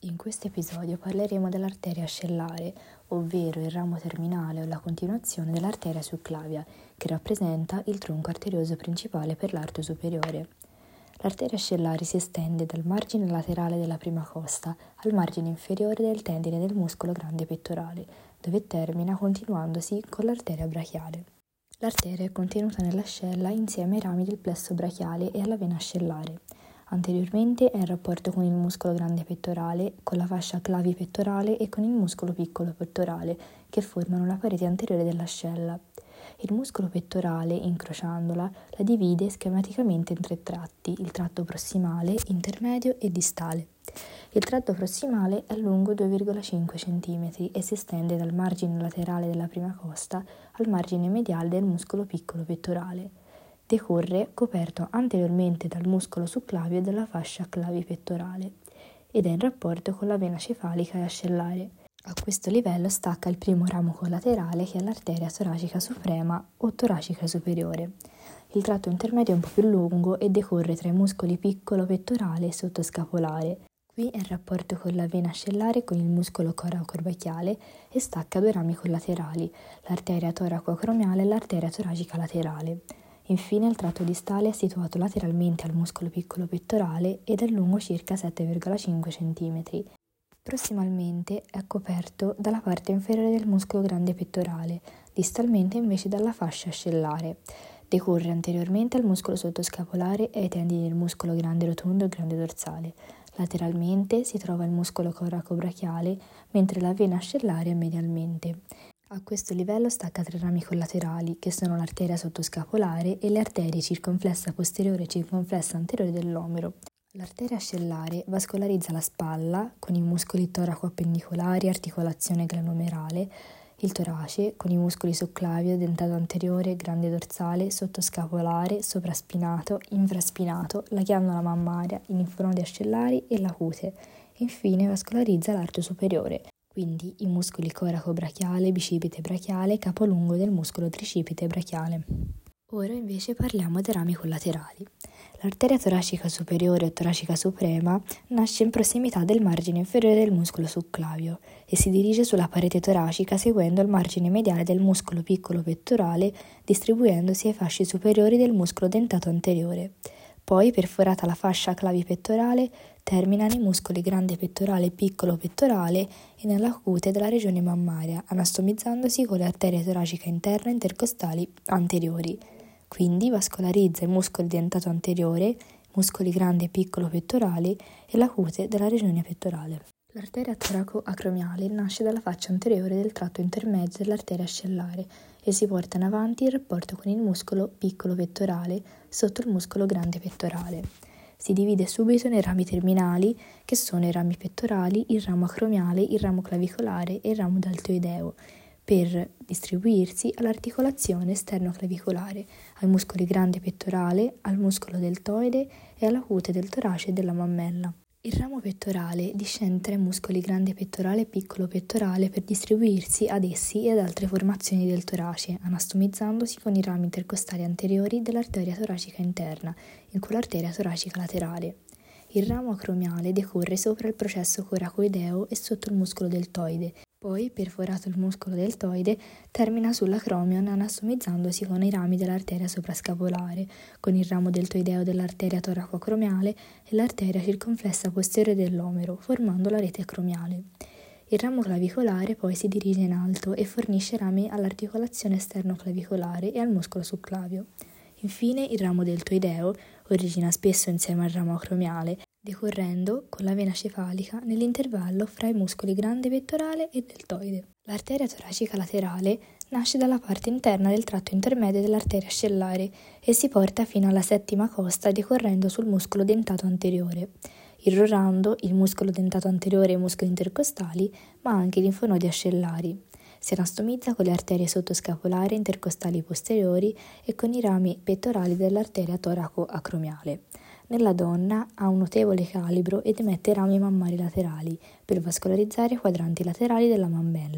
In questo episodio parleremo dell'arteria ascellare, ovvero il ramo terminale o la continuazione dell'arteria succlavia, che rappresenta il tronco arterioso principale per l'arto superiore. L'arteria ascellare si estende dal margine laterale della prima costa al margine inferiore del tendine del muscolo grande pettorale, dove termina continuandosi con l'arteria brachiale. L'arteria è contenuta nell'ascella insieme ai rami del plesso brachiale e alla vena ascellare. Anteriormente è in rapporto con il muscolo grande pettorale, con la fascia clavipettorale e con il muscolo piccolo pettorale, che formano la parete anteriore dell'ascella. Il muscolo pettorale, incrociandola, la divide schematicamente in 3 tratti: il tratto prossimale, intermedio e distale. Il tratto prossimale è lungo 2,5 cm e si estende dal margine laterale della prima costa al margine mediale del muscolo piccolo pettorale. Decorre coperto anteriormente dal muscolo succlavio e dalla fascia clavipettorale ed è in rapporto con la vena cefalica e ascellare. A questo livello stacca il primo ramo collaterale, che è l'arteria toracica suprema o toracica superiore. Il tratto intermedio è un po' più lungo e decorre tra i muscoli piccolo pettorale e sottoscapolare. Qui è in rapporto con la vena ascellare e con il muscolo coracobrachiale e stacca 2 rami collaterali, l'arteria toracoacromiale e l'arteria toracica laterale. Infine il tratto distale è situato lateralmente al muscolo piccolo pettorale ed è lungo circa 7,5 cm. Prossimalmente è coperto dalla parte inferiore del muscolo grande pettorale, distalmente invece dalla fascia ascellare. Decorre anteriormente al muscolo sottoscapolare e ai tendini del muscolo grande rotondo e grande dorsale. Lateralmente si trova il muscolo coracobrachiale, mentre la vena ascellare è medialmente. A questo livello stacca 3 rami collaterali, che sono l'arteria sottoscapolare e le arterie circonflessa posteriore e circonflessa anteriore dell'omero. L'arteria ascellare vascolarizza la spalla con i muscoli toraco-appendicolari, articolazione glenomerale, il torace con i muscoli socclavio, dentato anteriore, grande dorsale, sottoscapolare, sopraspinato, infraspinato, la ghiandola mammaria, i linfonodi ascellari e la cute. Infine vascolarizza l'arto superiore, quindi i muscoli coracobrachiale, bicipite brachiale, capolungo del muscolo tricipite brachiale. Ora invece parliamo dei rami collaterali. L'arteria toracica superiore o toracica suprema nasce in prossimità del margine inferiore del muscolo succlavio e si dirige sulla parete toracica seguendo il margine mediale del muscolo piccolo pettorale, distribuendosi ai fasci superiori del muscolo dentato anteriore. Poi, perforata la fascia clavipettorale, termina nei muscoli grande pettorale e piccolo pettorale e nella cute della regione mammaria, anastomizzandosi con le arterie toraciche interne intercostali anteriori. Quindi vascolarizza i muscoli dentato anteriore, muscoli grande e piccolo pettorali e la cute della regione pettorale. L'arteria toraco-acromiale nasce dalla faccia anteriore del tratto intermedio dell'arteria ascellare e si porta in avanti in rapporto con il muscolo piccolo pettorale sotto il muscolo grande pettorale. Si divide subito nei rami terminali, che sono i rami pettorali, il ramo acromiale, il ramo clavicolare e il ramo deltoideo, per distribuirsi all'articolazione esternoclavicolare, ai muscoli grande pettorale, al muscolo deltoide e alla cute del torace e della mammella. Il ramo pettorale discende tra i muscoli grande pettorale e piccolo pettorale per distribuirsi ad essi e ad altre formazioni del torace, anastomizzandosi con i rami intercostali anteriori dell'arteria toracica interna e con l'arteria toracica laterale. Il ramo acromiale decorre sopra il processo coracoideo e sotto il muscolo deltoide. Poi, perforato il muscolo deltoide, termina sull'acromion anastomizzandosi con i rami dell'arteria soprascapolare, con il ramo deltoideo dell'arteria toracoacromiale e l'arteria circonflessa posteriore dell'omero, formando la rete acromiale. Il ramo clavicolare poi si dirige in alto e fornisce rami all'articolazione esterno-clavicolare e al muscolo succlavio. Infine il ramo deltoideo origina spesso insieme al ramo acromiale, decorrendo con la vena cefalica nell'intervallo fra i muscoli grande pettorale e deltoide. L'arteria toracica laterale nasce dalla parte interna del tratto intermedio dell'arteria ascellare e si porta fino alla settima costa decorrendo sul muscolo dentato anteriore, irrorando il muscolo dentato anteriore e i muscoli intercostali, ma anche i linfonodi ascellari. Si anastomizza con le arterie sottoscapolari, intercostali posteriori e con i rami pettorali dell'arteria toraco-acromiale. Nella donna ha un notevole calibro ed emette rami mammari laterali per vascolarizzare i quadranti laterali della mammella.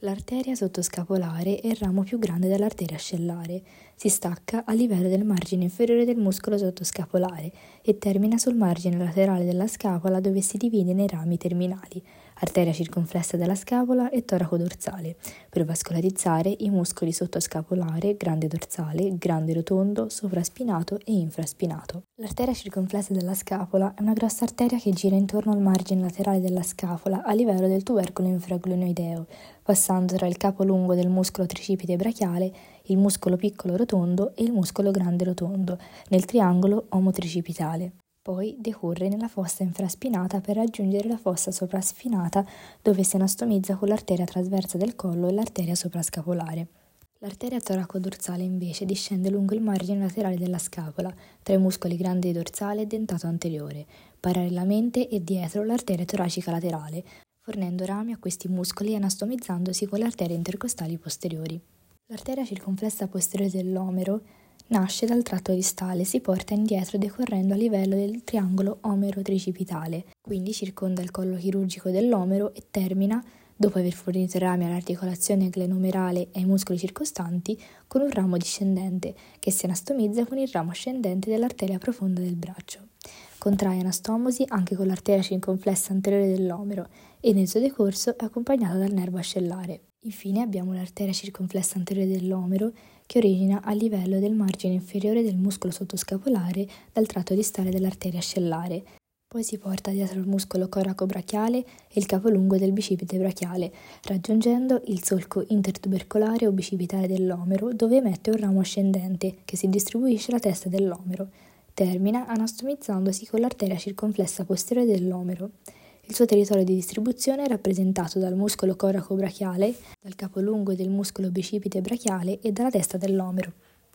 L'arteria sottoscapolare è il ramo più grande dell'arteria ascellare. Si stacca a livello del margine inferiore del muscolo sottoscapolare e termina sul margine laterale della scapola dove si divide nei rami terminali, arteria circonflessa della scapola e toraco dorsale, per vascolarizzare i muscoli sottoscapolare, grande dorsale, grande rotondo, sovraspinato e infraspinato. L'arteria circonflessa della scapola è una grossa arteria che gira intorno al margine laterale della scapola a livello del tubercolo infraglenoideo, passando tra il capo lungo del muscolo tricipite brachiale, il muscolo piccolo rotondo e il muscolo grande rotondo, nel triangolo omotricipitale. Poi decorre nella fossa infraspinata per raggiungere la fossa sopraspinata dove si anastomizza con l'arteria trasversa del collo e l'arteria soprascapolare. L'arteria toraco-dorsale invece discende lungo il margine laterale della scapola, tra i muscoli grande dorsale e dentato anteriore, parallelamente e dietro l'arteria toracica laterale, fornendo rami a questi muscoli e anastomizzandosi con le arterie intercostali posteriori. L'arteria circonflessa posteriore dell'omero nasce dal tratto distale e si porta indietro decorrendo a livello del triangolo omero-tricipitale, quindi circonda il collo chirurgico dell'omero e termina, dopo aver fornito rami all'articolazione glenomerale e ai muscoli circostanti, con un ramo discendente che si anastomizza con il ramo ascendente dell'arteria profonda del braccio. Contrae anastomosi anche con l'arteria circonflessa anteriore dell'omero e nel suo decorso è accompagnata dal nervo ascellare. Infine abbiamo l'arteria circonflessa anteriore dell'omero che origina a livello del margine inferiore del muscolo sottoscapolare dal tratto distale dell'arteria ascellare. Poi si porta dietro il muscolo coraco-brachiale e il capolungo del bicipite brachiale, raggiungendo il solco intertubercolare o bicipitale dell'omero dove emette un ramo ascendente che si distribuisce alla testa dell'omero. Termina anastomizzandosi con l'arteria circonflessa posteriore dell'omero. Il suo territorio di distribuzione è rappresentato dal muscolo coraco-brachiale, dal capolungo del muscolo bicipite brachiale e dalla testa dell'omero.